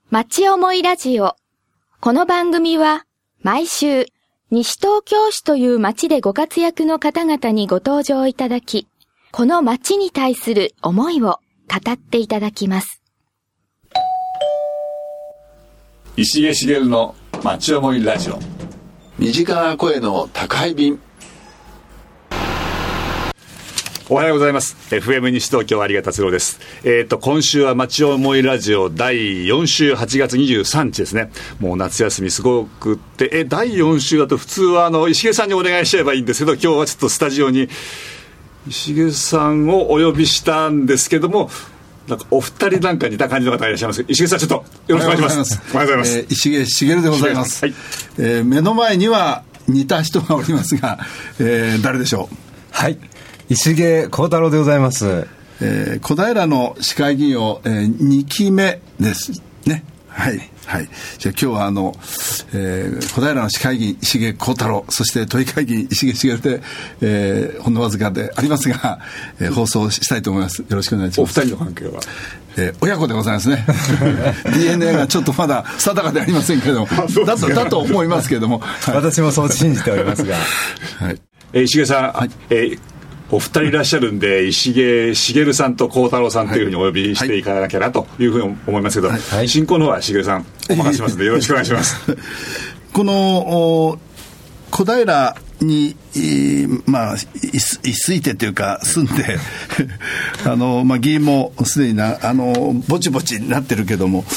町思いラジオ。この番組は毎週西東京市という町でご活躍の方々にご登場いただき、この町に対する思いを語っていただきます。 石毛茂の町思いラジオ。 身近な声の宅配便。 おはようございます。 FM 西東京有賀達郎です。今週は町思いラジオ第4週8月23日ですね。もう夏休みすごくって第4週だと普通は石毛さんにお願いしちゃえばいいんですけど、今日はちょっとスタジオに石毛さんをお呼びしたんですけども、なんかお二人なんか似た感じの方がいらっしゃいます。石毛さん、ちょっとよろしくお願いします。 おはようございます。石毛茂でございます。はい。目の前には似た人がおりますが、誰でしょう。 はい、石毛幸太郎でございます。 小平の市会議員を、2期目ですね。はいはい。じゃあ今日は小平の市会議員石毛幸太郎、そして都議会議員石毛茂で、ほんのわずかでありますが、放送したいと思います。よろしくお願いします。 お二人の関係は親子でございますね。DNA がちょっとまだ定かでありませんけれどもだと思いますけれども、 はい、私もそう信じておりますが、 はい。 石毛さん、はい、お二人いらっしゃるんで、石毛茂さんと幸太郎さんというふうにお呼びしていかなきゃなというふうに思いますけど、はい、進行の方は茂さんお任せしますのでよろしくお願いします。 この小平に、居ついてというか住んで議員もすでにぼちぼちになってるけども、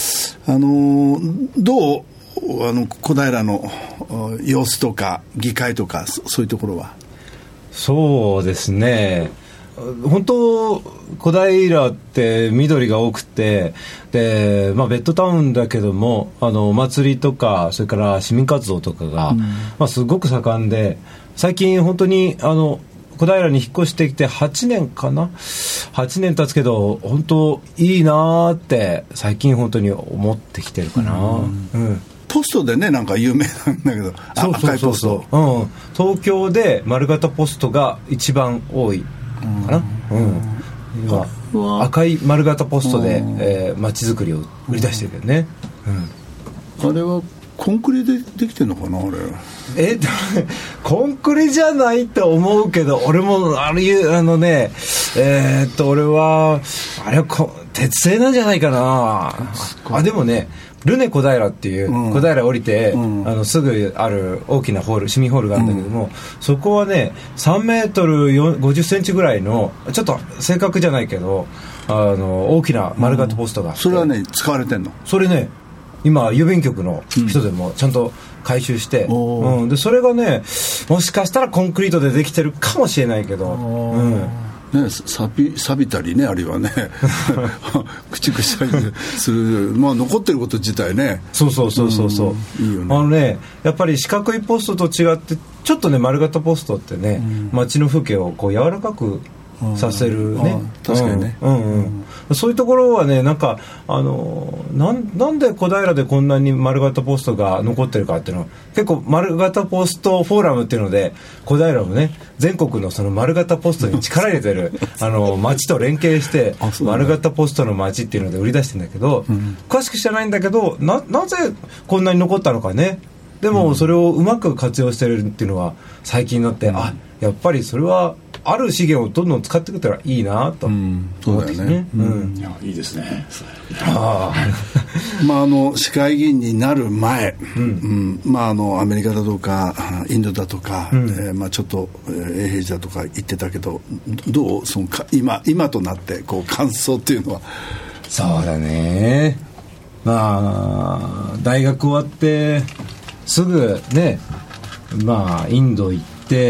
どう小平の様子とか議会とかそういうところは。 そうですね、本当小平って緑が多くて、で、ベッドタウンだけどもお祭りとかそれから市民活動とかが、すごく盛んで、最近本当に小平に引っ越してきて8年かな、8年経つけど本当いいなって最近本当に思ってきてるかな。 ポストでね、なんか有名なんだけど、赤いポスト、 東京で丸型ポストが一番多いかな。今赤い丸型ポストで街づくりを売り出してるけどね。 あれはコンクリでできてるのかな。あれコンクリじゃないと思うけど、俺も俺はあれは鉄製なんじゃないかな。でもね、ルネ小平っていう、小平降りて、すぐある大きなホール、市民ホールがあるんだけども、そこはね3メートル50センチぐらいの、ちょっと正確じゃないけど大きな丸型ポストがあって、 それはね使われてんの。 それね今郵便局の人でもちゃんと回収して、でそれがねもしかしたらコンクリートでできてるかもしれないけど、 ね、錆びたりね、あるいはね駆逐したりする、残ってること自体ね。 そういいよね。やっぱり四角いポストと違ってちょっとね丸型ポストってね、街の風景をこう柔らかくさせるね。 確かにね、 そういうところはね、なんかなんで小平でこんなに丸型ポストが残ってるかっていうのは、結構丸型ポストフォーラムっていうので小平もね全国のその丸型ポストに力入れてる町と連携して丸型ポストの町っていうので売り出してるんだけど、詳しく知らないんだけど、なぜこんなに残ったのかね。でもそれをうまく活用してるっていうのは最近になって、やっぱりそれはある資源をどんどん使っていけたらいいなと思ってね。 いいですね。 市会議員になる前、アメリカだとかインドだとか、ちょっと永平寺だとか言ってたけど、どう今となって感想っていうのは。 そうだね、大学終わってすぐね、インド行って、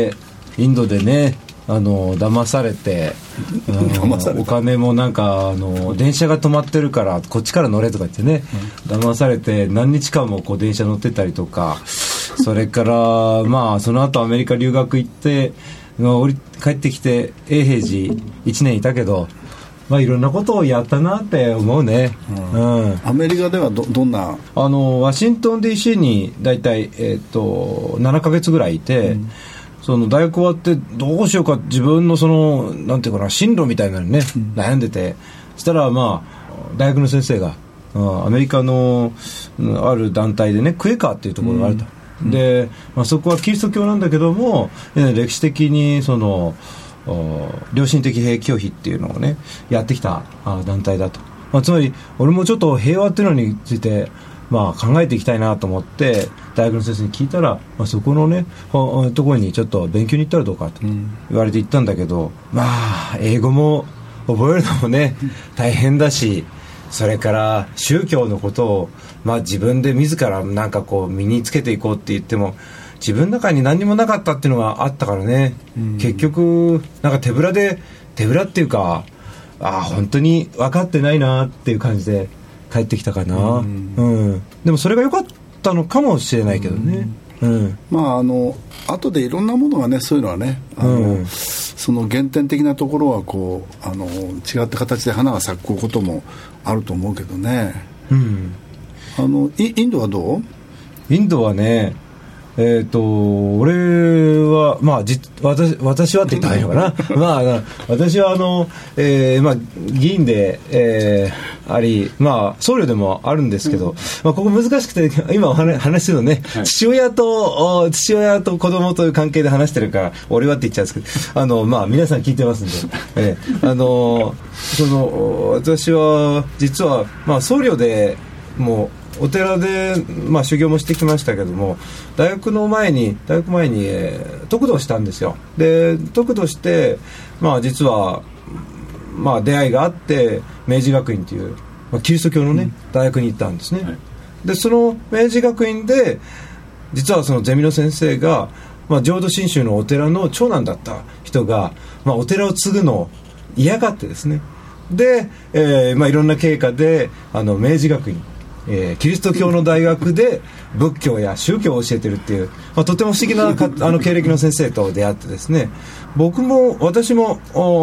インドでね騙されて、お金もなんか電車が止まってるからこっちから乗れとか言ってね、騙されて何日間も電車乗ってたりとか、それからその後アメリカ留学行って帰ってきて永平寺1年いたけど、いろんなことをやったなって思うね。 アメリカではどんなワシントン DC にだいたい7ヶ月ぐらいいて、その大学終わってどうしようか、自分のなんていうかな、進路みたいなのにね、悩んでて、そしたら大学の先生がアメリカのある団体でね、クエカーっていうところがあると、で、そこはキリスト教なんだけども、歴史的にその良心的兵器拒否っていうのをねやってきた団体だと、つまり俺もちょっと平和っていうのについて考えていきたいなと思って大学の先生に聞いたら、そこのねところにちょっと勉強に行ったらどうかと言われて行ったんだけど、英語も覚えるのもね大変だし、それから宗教のことを、自分で自らなんかこう身につけていこうって言っても自分の中に何にもなかったっていうのがあったからね、結局なんか手ぶらっていうか、本当に分かってないなっていう感じで帰ってきたかな、でもそれが良かったのかもしれないけどね、 後でいろんなものがね、そういうのはね、その原点的なところはこう違った形で花が咲くこともあると思うけどね、インドはどう？ インドはね、俺は私はって言ったらいいのかな私は議員で、あり、僧侶でもあるんですけど、ここ難しくて今話してるのね、父親と子供という関係で話してるから俺はって言っちゃうんですけど、皆さん聞いてますんで、私は実は僧侶でもうお寺で、修行もしてきましたけども、大学前に、得度したんですよ。で得度して、実は、出会いがあって明治学院という、キリスト教のね、大学に行ったんですね、でその明治学院で実はそのゼミの先生が、浄土真宗のお寺の長男だった人が、お寺を継ぐのを嫌がってですね、で、いろんな経過で明治学院、キリスト教の大学で仏教や宗教を教えてるっていう、とても不思議な経歴の先生と出会ってですね、私も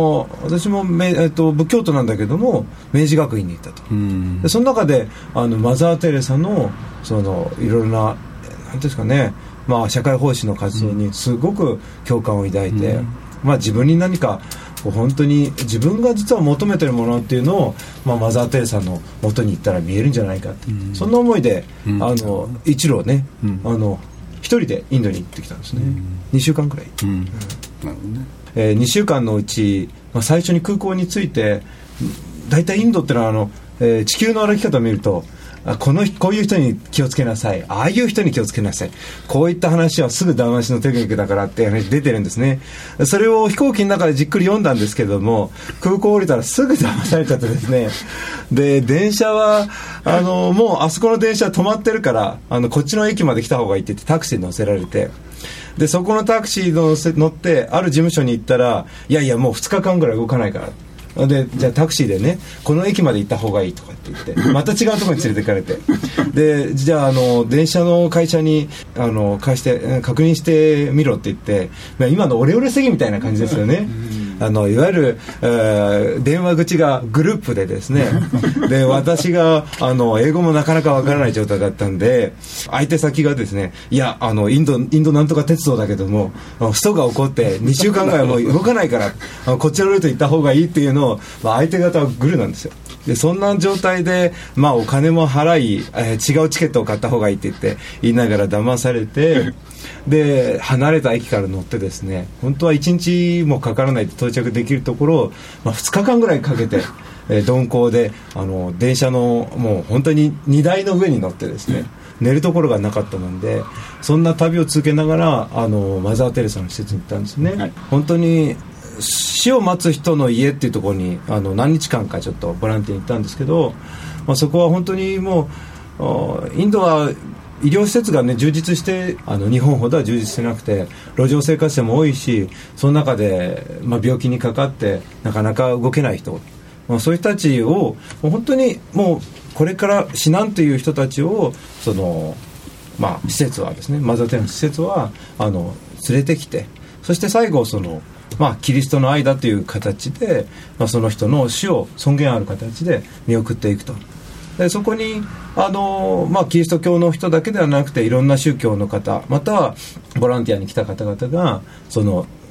仏教徒なんだけども明治学院に行ったと、でその中でマザー・テレサのそのいろいろななんていうんですかね、社会奉仕の活動にすごく共感を抱いて、自分に何か本当に自分が実は求めてるものっていうのを、マザー・テレサの元に行ったら見えるんじゃないかって、そんな思いで、一路ね、一人でインドに行ってきたんですね、2週間くらい、2週間のうち、最初に空港に着いて、大体インドってのは地球の歩き方を見るとこういう人に気をつけなさい、ああいう人に気をつけなさい、こういった話はすぐ騙しのテクニックだからって話出てるんですね。それを飛行機の中でじっくり読んだんですけども、空港降りたらすぐ騙されちゃってですね、で電車はもうあそこの電車止まってるからこっちの駅まで来た方がいいって言ってタクシーに乗せられて、でそこのタクシー乗ってある事務所に行ったら、いやもう2日間ぐらい動かないからで、じゃあタクシーでねこの駅まで行った方がいいとかって言ってまた違うところに連れてかれてでじゃあ電車の会社に貸して確認してみろって言って、今のオレオレ詐欺みたいな感じですよね。いわゆる、電話口がグループでですねで私が英語もなかなかわからない状態だったんで、相手先がですね、いやインドなんとか鉄道だけどもストが起こって2週間ぐらいもう動かないからこっちのルート行った方がいいっていうのを、相手方はグルなんですよ。でそんな状態で、お金も払い、違うチケットを買った方がいいって言いながら騙されてで離れた駅から乗ってですね、本当は1日もかからないで到着できるところを、2日間ぐらいかけて、鈍行で電車のもう本当に荷台の上に乗ってですね、寝るところがなかったもんで、そんな旅を続けながらマザー・テレサの施設に行ったんですね、本当に死を待つ人の家っていうところに何日間かちょっとボランティアに行ったんですけど、そこは本当にもうインドは医療施設がね充実して日本ほどは充実してなくて、路上生活者も多いし、その中で、病気にかかってなかなか動けない人、そういう人たちを本当にもうこれから死なんという人たちを施設はですね、マザー・テレサの施設は連れてきて、そして最後キリストの愛だという形で、その人の死を尊厳ある形で見送っていくと。でそこにキリスト教の人だけではなくていろんな宗教の方、またはボランティアに来た方々が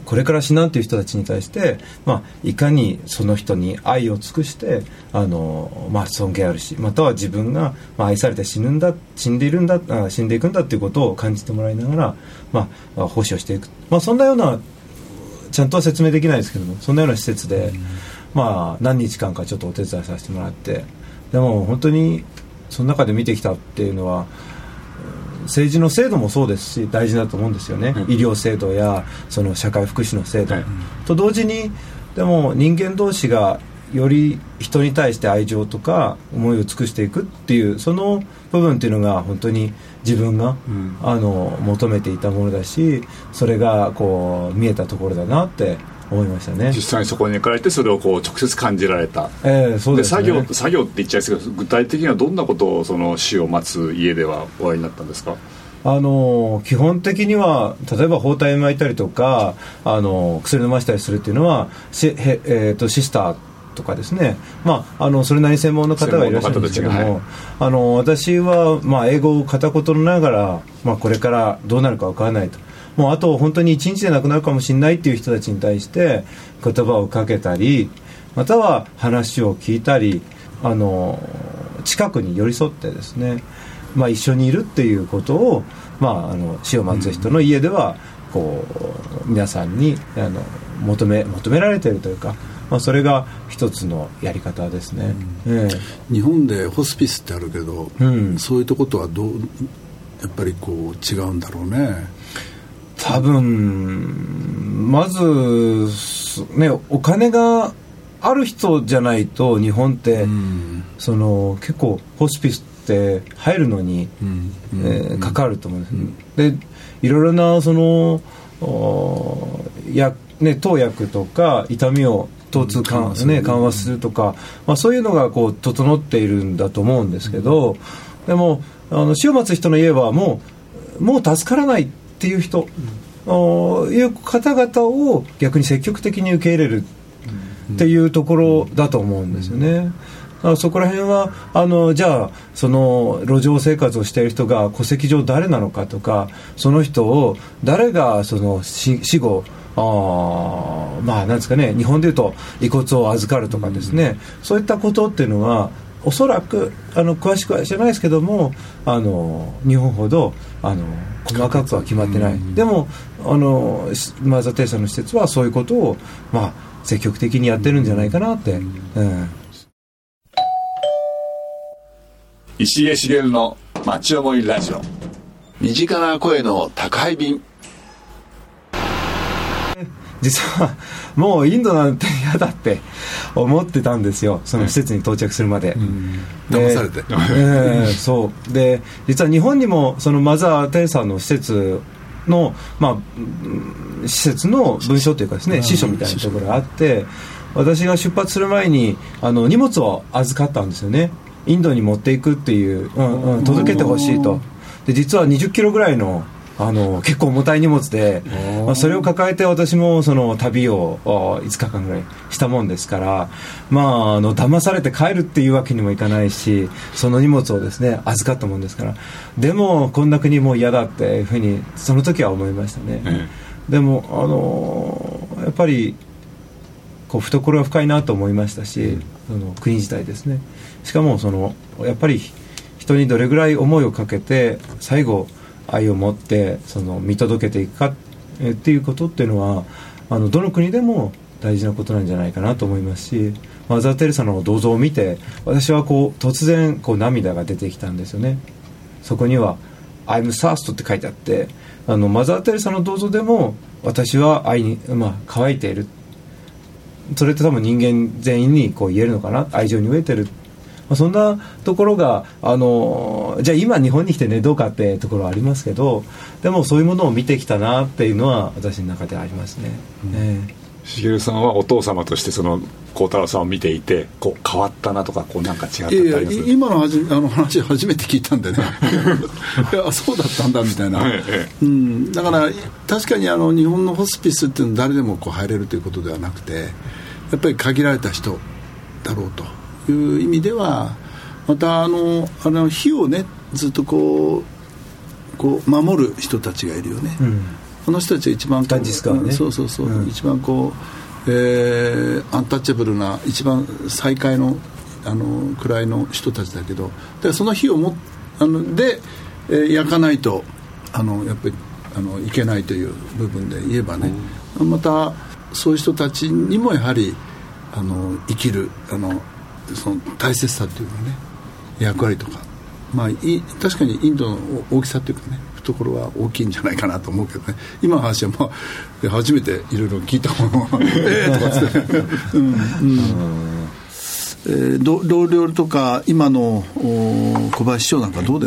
これから死なんという人たちに対して、いかにその人に愛を尽くして尊敬あるし、または自分が愛されて死んでいくんだということを感じてもらいながら、奉仕をしていく、そんなような、ちゃんとは説明できないですけども、そんなような施設で、何日間かちょっとお手伝いさせてもらって、でも本当にその中で見てきたっていうのは、政治の制度もそうですし大事だと思うんですよね、医療制度やその社会福祉の制度、と同時に、でも人間同士がより人に対して愛情とか思いを尽くしていくっていう、その部分っていうのが本当に自分が、求めていたものだし、それがこう見えたところだなって思いましたね。 実際にそこに行かれてそれをこう直接感じられた、 そうですね。 で作業って言っちゃいますけど、具体的にはどんなことをその死を待つ家ではお会いになったんですか？ 基本的には例えば包帯巻いたりとか薬飲ましたりするっていうのはシスターとかですね、それなりに専門の方がいらっしゃるんですけども、私は英語を片言ながら、これからどうなるか分からないと、もうあと本当に1日で亡くなるかもしれないっていう人たちに対して言葉をかけたり、または話を聞いたり、近くに寄り添ってですね、一緒にいるっていうことを、死を待つ人の家ではこう皆さんに求められているというか、それが一つのやり方ですね。 日本でホスピスってあるけど、そういうとことはやっぱりこう違うんだろうね。 多分まずね、お金がある人じゃないと日本って、結構ホスピスって入るのに、かかると思うんです、でいろいろなその投薬とか痛みを疼痛緩和するとか、そういうのがこう整っているんだと思うんですけど、でも死を待つ人の家はもう助からないっていう人、いう方々を逆に積極的に受け入れるっていうところだと思うんですよね。そこら辺はじゃあその路上生活をしている人が戸籍上誰なのかとか、その人を誰がその死後なんですかね、日本でいうと遺骨を預かるとかですね、そういったことっていうのはおそらく詳しくは知らないですけども、日本ほど細かくは決まってない、でもマザー・テレサの施設はそういうことを積極的にやってるんじゃないかなって、 石毛茂の町思いラジオ、 身近な声の宅配便。 実はもうインドなんて嫌だって思ってたんですよ、その施設に到着するまで、 騙されて、 そうで、実は日本にもそのマザー・テレサの施設の、施設の文書というかですね、司書みたいなところがあって、私が出発する前に荷物を預かったんですよね。インドに持っていくっていう、届けてほしいと。で実は20キロぐらいの結構重たい荷物で、それを抱えて私もその旅を5日間ぐらいしたもんですから、騙されて帰るっていうわけにもいかないし、その荷物をですね預かったもんですから、でもこんな国もう嫌だっていうふうにその時は思いましたね、でもやっぱりこう懐が深いなと思いましたし、その国自体ですね。しかもやっぱり人にどれぐらい思いをかけて最後愛を持って見届けていくかっていうことっていうのはどの国でも大事なことなんじゃないかなと思いますし、マザー・テレサの銅像を見て私は突然涙が出てきたんですよね。そこには I'm thirst って書いてあって、マザー・テレサの銅像でも私は愛に、乾いている、それって多分人間全員に言えるのかな、愛情に飢えてる、そんなところがじゃあ今日本に来てねどうかってところはありますけど、でもそういうものを見てきたなっていうのは私の中でありますね。 茂さんはお父様として幸太郎さんを見ていて変わったなとかなんか違ったってあります？ 今の話初めて聞いたんでねいやそうだったんだみたいな、だから確かに日本のホスピスっていうのは誰でも入れるということではなくて、やっぱり限られた人だろうという意味では、また火をねずっと守る人たちがいるよね、 この人たちが一番ガンジス川ね、 そう、一番こう、アンタッチャブルな一番最下位の位の人たちだけど、でその火をで、焼かないとやっぱりいけないという部分で言えばね、またそういう人たちにもやはり生きるその大切さというかね、役割とか、確かにインドの大きさというかね、懐は大きいんじゃないかなと思うけどね。今の話は初めていろいろ聞いたものをとかつって同僚とか今の小林市長なんかどう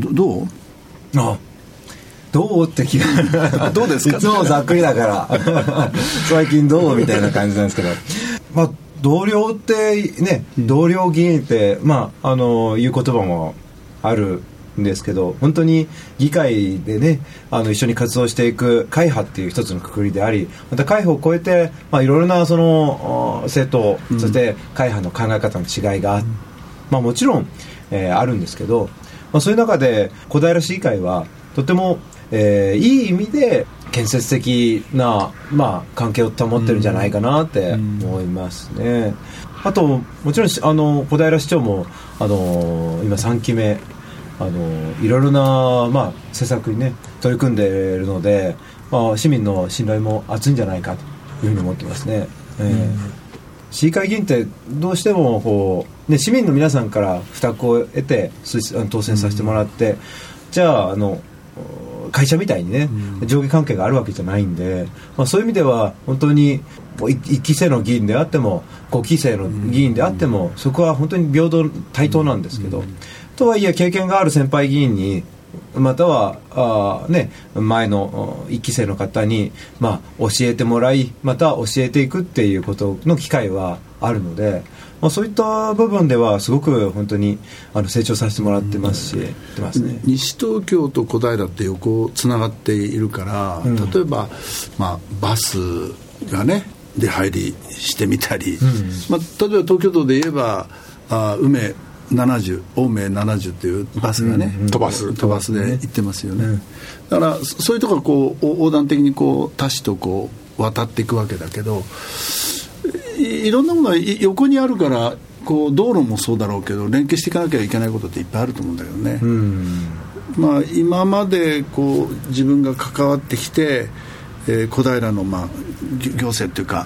って気がどうですか、 いつもざっくりだから最近どうみたいな感じなんですけど、同僚ってね、同僚議員っていう言葉もあるんですけど、本当に議会でね一緒に活動していく会派っていう一つの括りであり、また会派を超えていろいろなその政党、そして会派の考え方の違いがもちろん、あるんですけど、そういう中で小平市議会はとても、いい意味で建設的な、関係を保ってるんじゃないかなって思いますね。あともちろん小平市長も今3期目いろいろな、施策にね取り組んでいるので、市民の信頼も厚いんじゃないかというふうに思ってますね。市議会議員ってどうしてもこう、市民の皆さんから負託を得て当選させてもらって、じゃあ会社みたいにね、上下関係があるわけじゃないんで、そういう意味では本当に1期生の議員であっても5期生の議員であっても、そこは本当に平等対等なんですけど、とはいえ経験がある先輩議員にまたは前の1期生の方に、教えてもらい、また教えていくっていうことの機会はあるので、そういった部分ではすごく本当に成長させてもらってますし、 西東京と小平って横つながっているから、例えば、バスがね出入りしてみたり、例えば東京都で言えば梅70、青梅70というバスがね、飛ばすで行ってますよね。だからそういうところこう横断的に他市と渡っていくわけだけど、いろんなものが横にあるから道路もそうだろうけど連携していかなきゃいけないことっていっぱいあると思うんだけどね。今まで自分が関わってきて、小平の行政っていうか、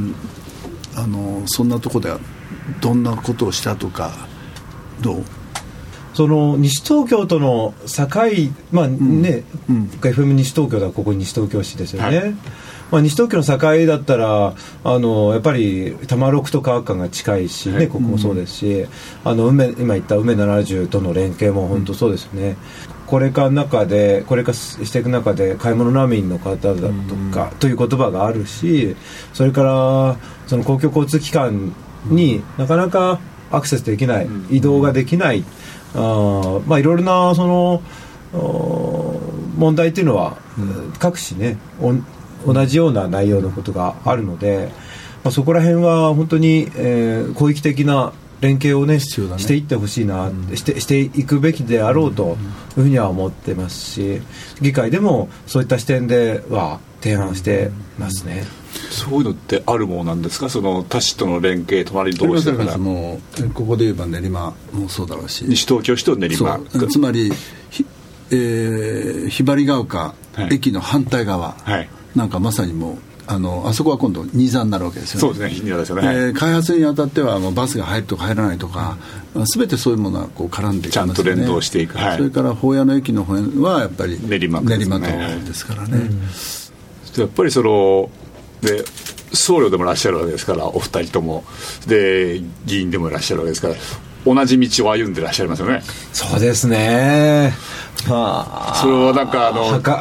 そんなところではどんなことをしたとかどう？ その西東京との境、FM 西東京ではここ西東京市ですよね。西東京の境だったらやっぱり多摩6と川間が近いし、ここもそうですし、今言った梅70との連携も本当そうですよね。これからしていく中で買い物難民の方だとかという言葉があるし、それからその公共交通機関になかなかアクセスできない、移動ができない、いろいろなその問題というのは、各市ね同じような内容のことがあるので、そこら辺は本当に、広域的な連携をしていってほしいな、していくべきであろうというふうには思ってますし、議会でもそういった視点では提案してますね。 そういうのってあるものなんですか？その他市との連携、隣同士だからもうここで言えば練馬もそうだろうし、 西東京市と練馬、 つまりひばりが丘駅の反対側、なんかまさにもうあそこは今度新座になるわけですよね。 そうですね、新座ですよね。 開発にあたってはバスが入るとか入らないとか、全てそういうものは絡んできますよね。 ちゃんと連動していく、 それから保谷の駅の方はやっぱり練馬とですからね。 やっぱり僧侶でもいらっしゃるわけですから、お二人ともで議員でもいらっしゃるわけですから、同じ道を歩んでいらっしゃいますよね。 そうですね。 それはなんか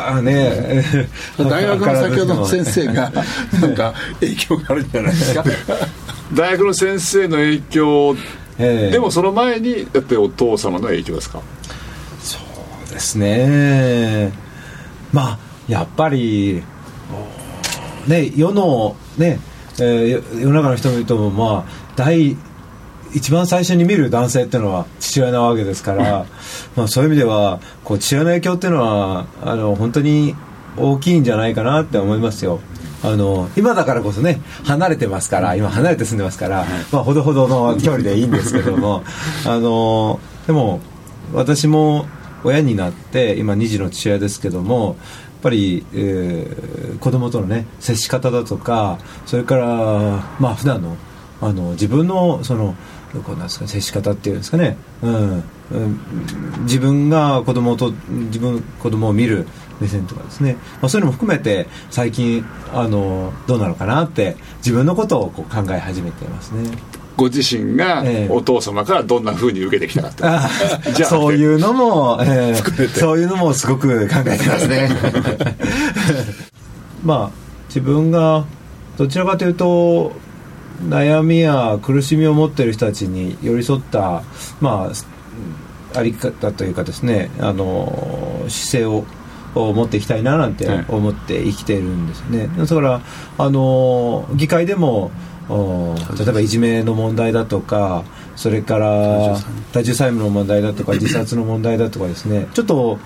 大学の先ほどの先生がなんか影響があるんじゃないですか。 大学の先生の影響、でもその前にやっぱりお父様の影響ですか？ そうですね。やっぱり世の世の中の人々も一番最初に見る男性っていうのは父親なわけですから、そういう意味では父親の影響っていうのは本当に大きいんじゃないかなって思いますよ。今だからこそね離れてますから、今離れて住んでますから、ほどほどの距離でいいんですけどもでも私も親になって今2児の父親ですけども、やっぱり、子供とのね接し方だとか、それから普段の自分のそのこうなんですか、接し方っていうんですかね、自分が子供を見る目線とかですね、そういうのも含めて最近どうなのかなって自分のことをこう考え始めていますね。 ご自身がお父様からどんな風に受けてきたかって、 じゃあそういうのも、そういうのもすごく考えてますね自分がどちらかというと悩みや苦しみを持っている人たちに寄り添ったあり方というかですね、姿勢を持っていきたいななんて思って生きているんですね。だから議会でも例えばいじめの問題だとか、それから多重債務の問題だとか自殺の問題だとかですね、ちょっと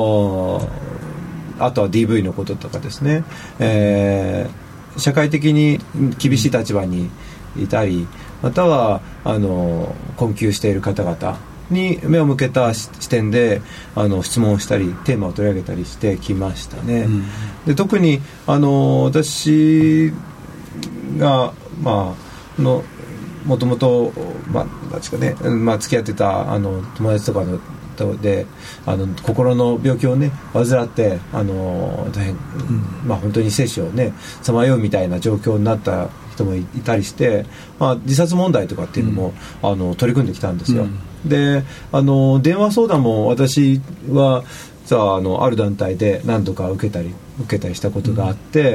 あとは DV のこととかですね、社会的に厳しい立場にいたり、または困窮している方々に目を向けた視点で質問をしたりテーマを取り上げたりしてきましたね。で特に私がもともと付き合ってた友達とかで心の病気をね患って大変、本当に生死をねさまようみたいな状況になった人もいたりして、自殺問題とかっていうのも、取り組んできたんですよ。で電話相談も私はある団体で何度か受けたりしたことがあって、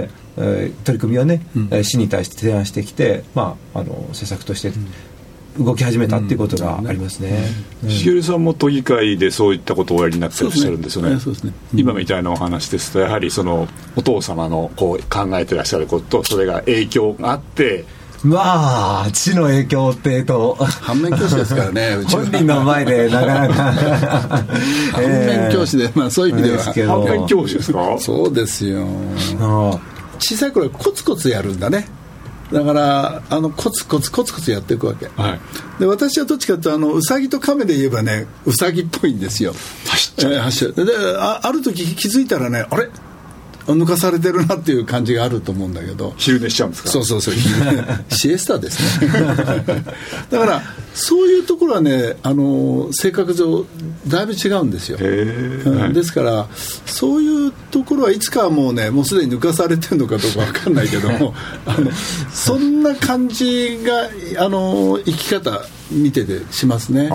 取り組みはね、市に対して提案してきて、施策として動き始めたっていうことがありますね。 茂さんも都議会でそういったことをおやりになってらっしゃるんですよね。 そうですね。 今みたいなお話ですと、やはりそのお父様のこう考えてらっしゃることと、それが影響があって、 父の影響って反面教師ですからね本人の前でなかなか反面教師で、そういう意味では反面教師ですか。 そうですよ。小さい頃はコツコツやるんだね。だからコツコツやっていくわけ、で私はどっちかというとウサギとカメで言えばね、ウサギっぽいんですよ。走る。である時気づいたらね、あれ抜かされてるなっていう感じがあると思うんだけど、 昼寝しちゃうんですか。 そうシエスタですねだからそういうところはね性格上だいぶ違うんですよ。ですからそういうところはいつかはもうすでに抜かされてるのかどうか分かんないけどもそんな感じが生き方見ててしますね。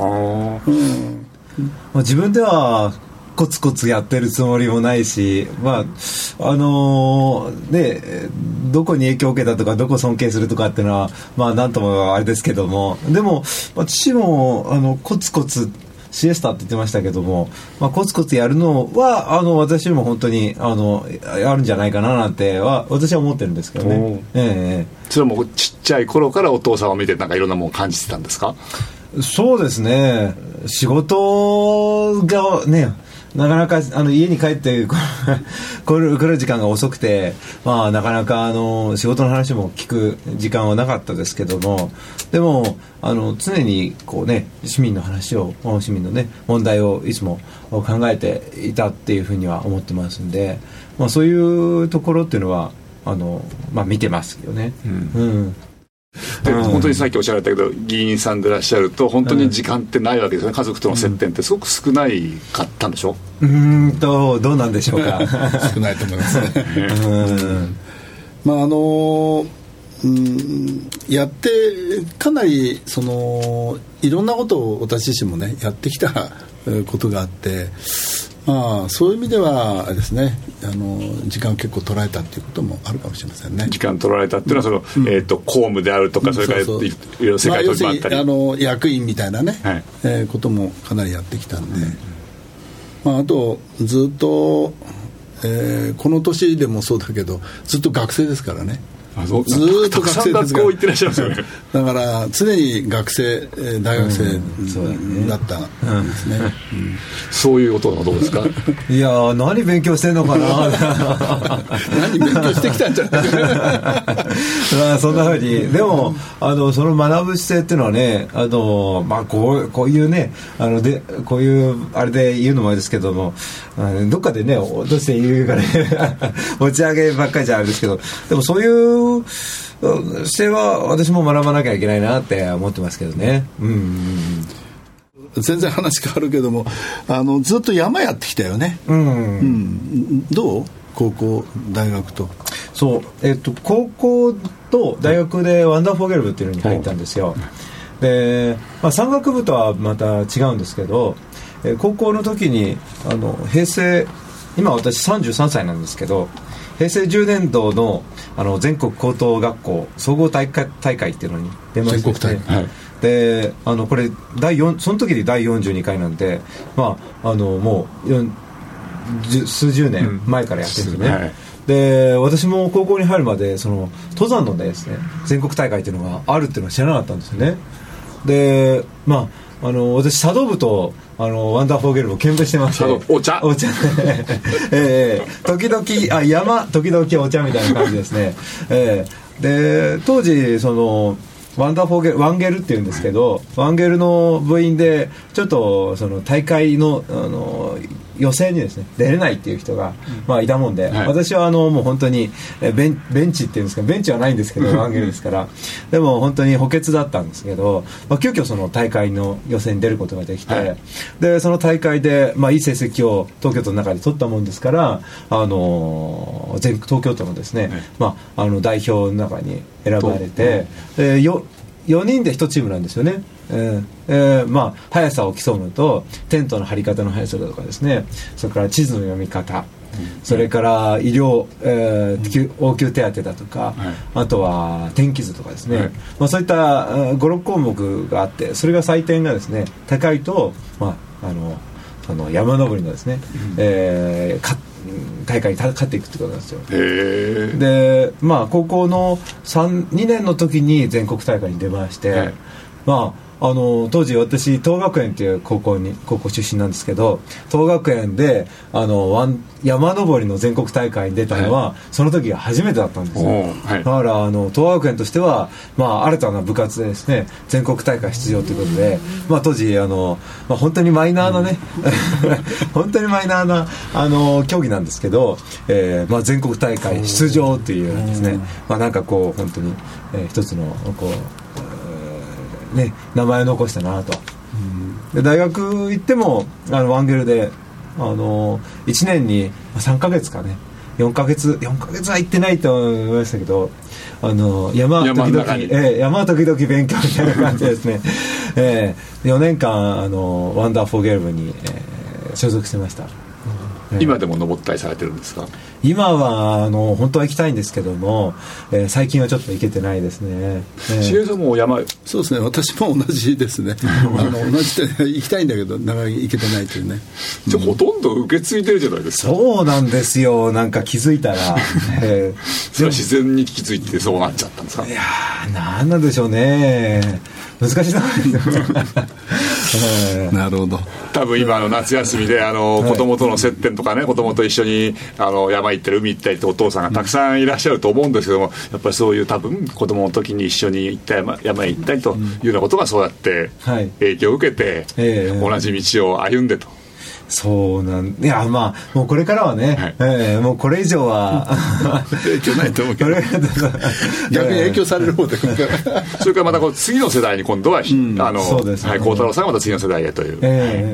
自分ではコツコツやってるつもりもないし、どこに影響を受けたとかどこ尊敬するとかっていうのはなんともあれですけども、でも、父もコツコツシエスタって言ってましたけども、コツコツやるのは私も本当にあるんじゃないかななんて私は思ってるんですけどね。 それはもうちっちゃい頃からお父さんを見てなんかいろんなものを感じてたんですか。 そうですね。仕事がねなかなか家に帰って来る時間が遅くて、なかなか仕事の話も聞く時間はなかったですけども、でも常にこうね市民のね問題をいつも考えていたっていうふうには思ってますんで、そういうところっていうのは見てますよね。 で本当にさっきおっしゃられたけど、議員さんでいらっしゃると本当に時間ってないわけですよね。家族との接点ってすごく少ないかったんでしょ。 どうなんでしょうか少ないと思いますねやってかなりいろんなことを私自身もねやってきたことがあって、そういう意味ではですね、時間を結構取られたっていうこともあるかもしれませんね。 時間取られたっていうのは公務であるとか、それからいろいろ世界飛び回ったり、 役員みたいなね、こともかなりやってきたんで、あとずっと、この年でもそうだけどずっと学生ですからね。 ずーっと学生たくさん学校行ってらっしゃいますよね。 だから常に大学生だったんですね。 そういうことはどうですか？ いやー、何勉強してんのかな何勉強してきたんじゃないまあそんなふうに。でもその学ぶ姿勢っていうのはね、まあ、こういうねこういうあれで言うのもあれですけども、どっかでねどうして言うかね持ち上げばっかりじゃあれですけど、でもそういう姿勢は私も学ばなきゃいけないなって思ってますけどね。 全然話変わるけども、ずっと山やってきたよね。どう？高校大学と。 そう、高校と大学でワンダーフォーゲル部っていうのに入ったんですよ。で、山岳部とはまた違うんですけど、高校の時に平成、今私33歳なんですけど、平成10年度の全国高等学校総合大会っていうのに出まして、ね、でこれその時で第42回なんで、まあ、もう数十年前からやってるんですね。で私も高校に入るまで登山のですね全国大会っていうのがあるっていうのは知らなかったんですよね。でまあ私茶道部とワンダーフォーゲル部を兼務してまして、 お茶時々山時々お茶みたいな感じですね。で当時ワンダーフォーゲルワンゲルっていうんですけど、ワンゲルの部員でちょっと大会の予選にですね出れないっていう人が、まあ、いたもんで、私はもう本当にベンチっていうんですか、ベンチはないんですけどワンゲルですからでも本当に補欠だったんですけど、まあ、急遽その大会の予選に出ることができて、でその大会で、まあ、いい成績を東京都の中で取ったもんですから、東京都のですね、まあ、代表の中に選ばれて、4人で1チームなんですよね。まあ、速さを競うのとテントの張り方の速さだとかですね、それから地図の読み方、それから医療、応急手当だとか、あとは天気図とかですね、まあ、そういった5、6項目があって、それが採点がですね高いと、まあ、山登りのですね、大会に勝っていくってことなんですよ。で、まあ、高校の2年の時に全国大会に出まして、まあ当時私東学園っていう高校出身なんですけど、東学園で山登りの全国大会に出たのは、その時が初めてだったんですよ。だから東学園としては、まあ、新たな部活でですね全国大会出場ということで、まあ、当時まあ、本当にマイナーなね本当にマイナーな競技なんですけど、まあ、全国大会出場っていうですね、まあ、なんかこう本当に、一つのこうね、名前を残したなと。で大学行ってもワンゲルで1年に3ヶ月かね、4ヶ月は行ってないと思いましたけど、山時々勉強みたいな感じですね。4年間ワンダーフォーゲル部に、所属してました。 今でも登ったりされてるんですか？ 今は本当は行きたいんですけども、最近はちょっと行けてないですね。 しげるさんも山。 そうですね、私も同じですね。同じで行きたいんだけどなかなか行けてないというね。 じゃあほとんど受け継いでるじゃないですか。 そうなんですよ。なんか気づいたら、 それは自然に気づいてそうなっちゃったんですか？いやー、なんなんでしょうね。難しいな。 なるほど。 多分今夏休みで子供との接点とかね、子供と一緒に山行ったり海行ったりってお父さんがたくさんいらっしゃると思うんですけども、やっぱりそういう多分子供の時に一緒に行った山へ行ったりというようなことがそうやって影響を受けて、同じ道を歩んでと。 そうなんいや、まあもうこれからはね、もうこれ以上は影響ないと思うけど逆に影響される方でそれからまた次の世代に今度はそうですね、 幸太郎さんがまた次の世代へという、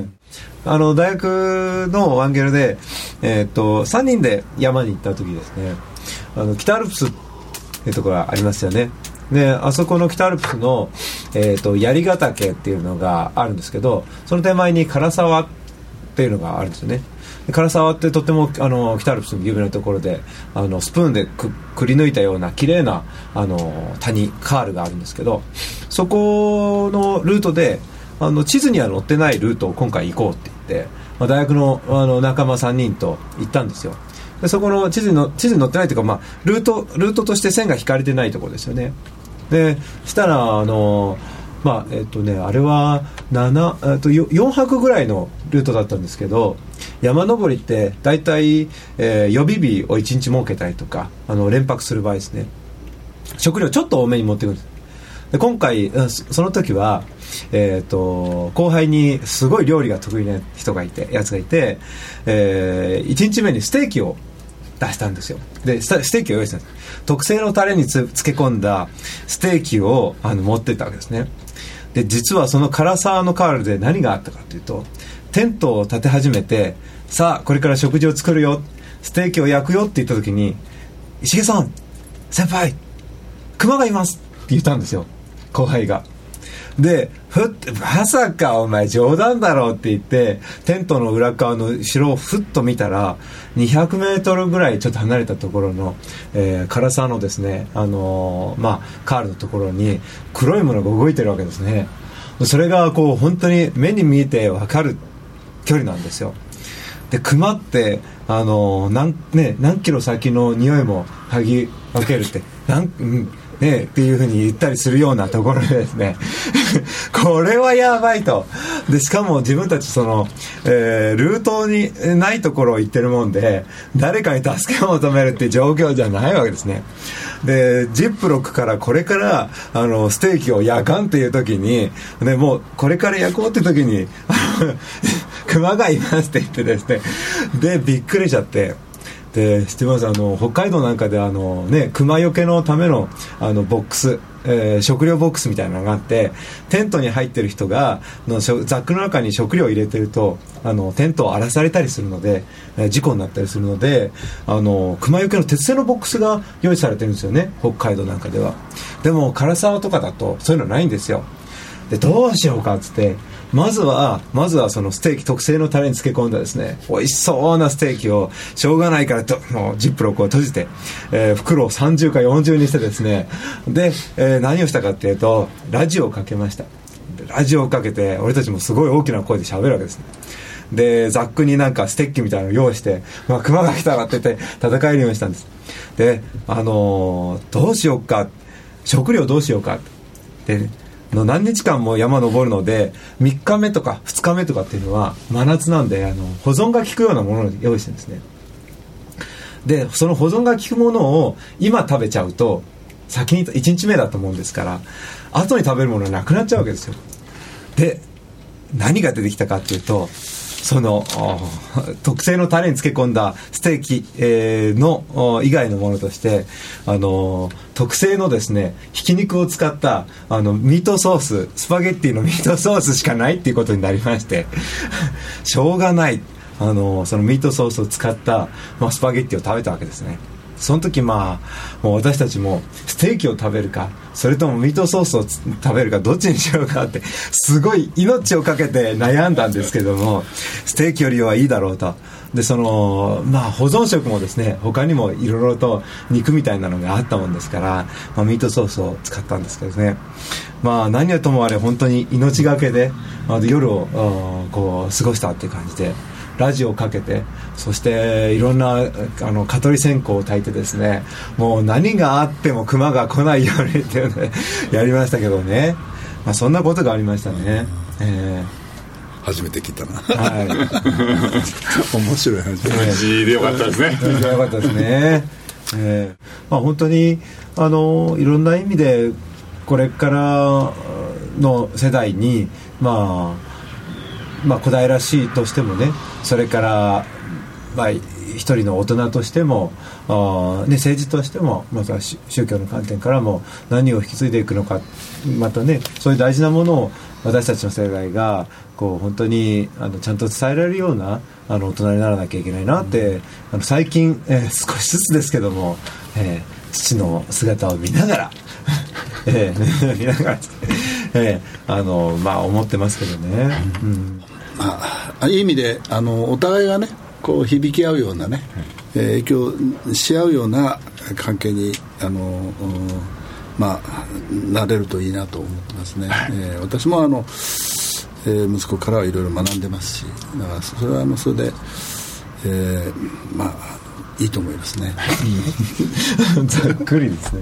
大学のワンゲルで、3人で山に行った時ですね、北アルプスっていうところがありますよね。であそこの北アルプスの、槍ヶ岳っていうのがあるんですけど、その手前に唐沢っていうのがあるんですよね。唐沢ってとっても北アルプスの有名なところでスプーンでくり抜いたような綺麗な谷カールがあるんですけど、そこのルートで地図には載ってないルートを今回行こうって言って、大学の仲間3人と行ったんですよ。 でそこの地図に載ってないというか、ルートとして線が引かれてないところですよね。でしたらあれは4泊ぐらいのルートだったんですけど、山登りって大体、予備日を1日設けたりとか連泊する場合ですね、食料ちょっと多めに持ってくるんです。で今回その時は、後輩にすごい料理が得意なやつがいて、1日目にステーキを出したんですよ。でステーキを用意したんです。特製のタレに漬け込んだステーキを持ってったわけですね。で実はその唐沢のカールで何があったかというと、テントを立て始めて、さあこれから食事を作るよ、ステーキを焼くよって言った時に、石毛さん先輩熊がいますって言ったんですよ、後輩が。でまさかお前冗談だろうって言って、テントの裏側の城をふっと見たら、200メートルぐらいちょっと離れたところの、唐沢のですね、カールのところに黒いものが動いてるわけですね。それがこう本当に目に見えて分かる距離なんですよ。で熊って何キロ先の匂いも嗅ぎ分けるってっていう風に言ったりするようなところでですねこれはやばいと。でしかも自分たちルートにないところを行ってるもんで、誰かに助けを求めるっていう状況じゃないわけですね。でジップロックからこれからステーキを焼かんっていう時に、でもうこれから焼こうって時に熊がいますって言ってですね、でびっくりしちゃって、で知ってます、北海道なんかで熊よけのためのボックス、食料ボックスみたいなのがあって、テントに入ってる人がザックの中に食料を入れてるとテントを荒らされたりするので、事故になったりするので、熊よけの鉄製のボックスが用意されてるんですよね、北海道なんかでは。でも唐沢とかだとそういうのないんですよ。でどうしようかっつって、まずはそのステーキ特製のタレに漬け込んだですね、美味しそうなステーキをしょうがないからもうジップロックを閉じて、袋を30か40にしてですね、で、何をしたかっていうと、ラジオをかけました。ラジオをかけて俺たちもすごい大きな声で喋るわけですね。でザックになんかステッキみたいなのを用意して、熊が来たらって言って戦えるようにしたんです。でどうしようか、食料どうしようかって何日間も山登るので、3日目とか2日目とかっていうのは真夏なんで保存が効くようなものを用意してるんですね。でその保存が効くものを今食べちゃうと、先に1日目だと思うんですから、後に食べるものがなくなっちゃうわけですよ。で何が出てきたかっていうと、その特製のタレに漬け込んだステーキ、の以外のものとして、特製のですねひき肉を使ったミートソース、スパゲッティのミートソースしかないっていうことになりましてしょうがない、そのミートソースを使った、スパゲッティを食べたわけですね。その時もう私たちもステーキを食べるか、それともミートソースを食べるか、どっちにしようかってすごい命をかけて悩んだんですけども、ステーキよりはいいだろうと。で保存食もですね、他にもいろいろと肉みたいなのがあったもんですから、ミートソースを使ったんですけどね、何はともあれ本当に命がけで、夜をこう過ごしたっていう感じで、ラジオをかけて、そしていろんな蚊取り線香を焚いてですね、もう何があっても熊が来ないようにっていうのでやりましたけどね、そんなことがありましたね。 初めて聞いたな、 はい、 面白い話でよかったですね。 よかったですね。本当にいろんな意味でこれからの世代に小平市としてもね、それから一人の大人としても、政治としても、また宗教の観点からも何を引き継いでいくのか、またね、そういう大事なものを私たちの世代が本当にちゃんと伝えられるような大人にならなきゃいけないなって、最近、少しずつですけども、父の姿を見ながら思ってますけどね。 いい意味でお互いがね、こう響き合うようなね、影響し合うような関係になれるといいなと思ってますね。私も息子からはいろいろ学んでますし、だからそれはそれで、 いいと思いますね。 ざっくりですね。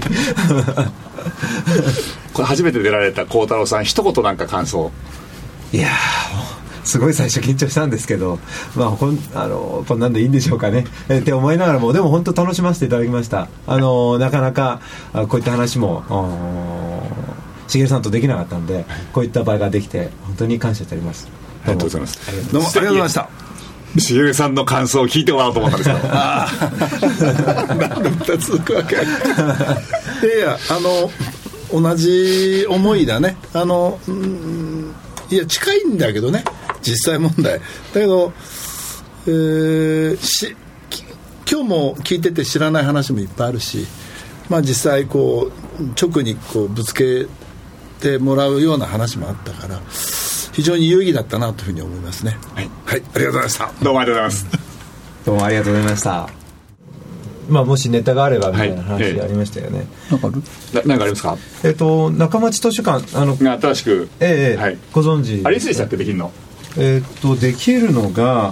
これ初めて出られた幸太郎さん、一言なんか感想。いやすごい最初緊張したんですけど、まあ、こんなんでいいんでしょうかね、って思いながらも、でも本当楽しませていただきました。なかなかこういった話も茂さんとできなかったんで、こういった場ができて本当に感謝しております。 ありがとうございます。 どうもありがとうございました。 茂さんの感想を聞いてもらおうと思ったんですけど何でまた続くわけ。いや同じ思いだね。いや近いんだけどね、実際問題だけど、今日も聞いてて知らない話もいっぱいあるし、まあ、実際こう直にこうぶつけてもらうような話もあったから、非常に有意義だったなというふうに思いますね。はい、はい、ありがとうございました。 どうもありがとうございます。 どうもありがとうございました。まあ、もしネタがあればみたいな話ありましたよね。 なんかありますか。 中町図書館が新しく、 はい、ご存知あれいつでしたっけ、できるの。 できるのが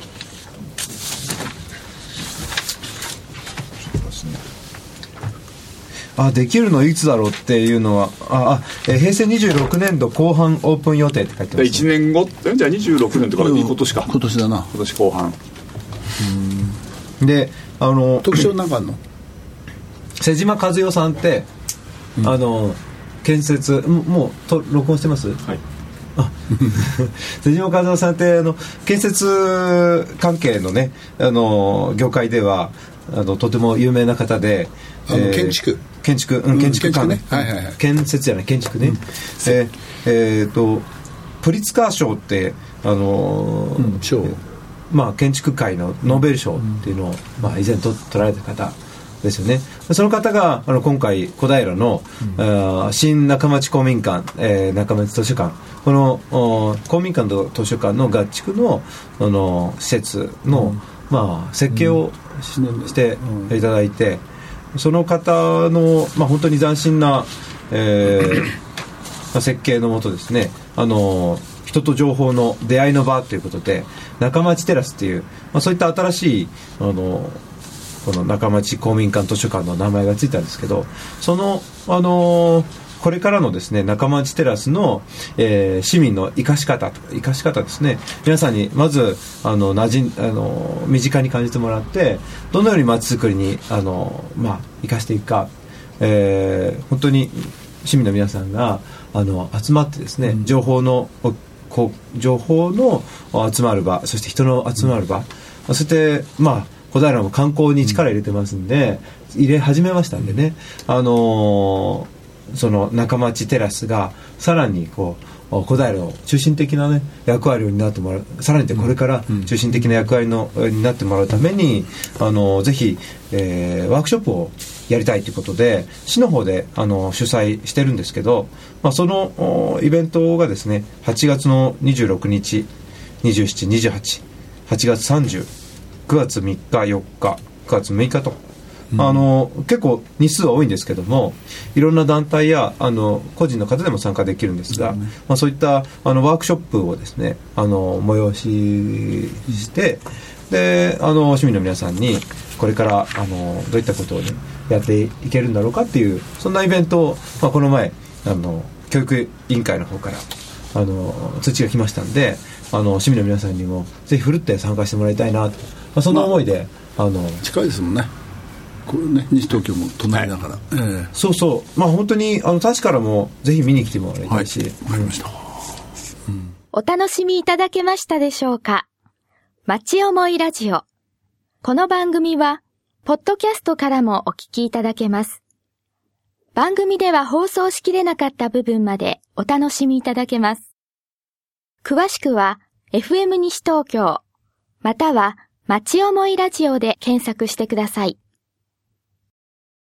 できるのいつだろうっていうのは平成26年度後半オープン予定って書いてます、 ね、1年後じゃあ26年とか今年か。 今年だな。 今年後半で特徴なんかあるの。 瀬島和代さんって、建設もう録音してます。はい。瀬島和代さんって建設関係のね業界ではとても有名な方で、 建築関ね、はいはいはい、 建設じゃない建築ね、プリツカー賞って賞、 まあ、建築界のノーベル賞っていうのを、まあ、以前取られた方ですよね。その方が今回小平の、新中町公民館、中町図書館、この公民館と図書館の合築の施設の、まあ、設計をしていただいて、その方の、まあ、本当に斬新な、設計のもとですね、人と情報の出会いの場ということで中町テラスっていう、まあ、そういった新しいこの中町公民館図書館の名前がついたんですけど、そのこれからのですね中町テラスの、市民の生かし方ですね、皆さんにまず身近に感じてもらって、どのように街づくりにまあ、生かしていくか、本当に市民の皆さんが集まってですね、情報の集まる場、そして人の集まる場、そしてまあ小平も観光に力入れてますんで、入れ始めましたんでね、その中町テラスがさらにこう小平の中心的な、ね、役割になってもらう、さらにこれから中心的な役割になってもらうためにぜひ、ワークショップをやりたいということで市の方で主催してるんですけど、まあ、そのイベントがですね8月の26日27、28、8月30、9月3日4日9月6日と、結構日数は多いんですけども、いろんな団体や個人の方でも参加できるんですが、まあ、そういったワークショップをですね催して、で市民の皆さんにこれからどういったことを、ね、やっていけるんだろうかっていう、そんなイベントを、まあ、この前教育委員会の方から通知が来ましたんで、市民の皆さんにもぜひふるって参加してもらいたいなと、まあ、そんな思いで、 近いですもんね、これね、西東京も隣だから、 そうそう、まあ、本当に田市からもぜひ見に来てもらいたいし、 はい、わかりました、 お楽しみいただけましたでしょうか。町思いラジオ、この番組はポッドキャストからもお聞きいただけます。番組では放送しきれなかった部分までお楽しみいただけます。詳しくは FM 西東京または町思いラジオで検索してください。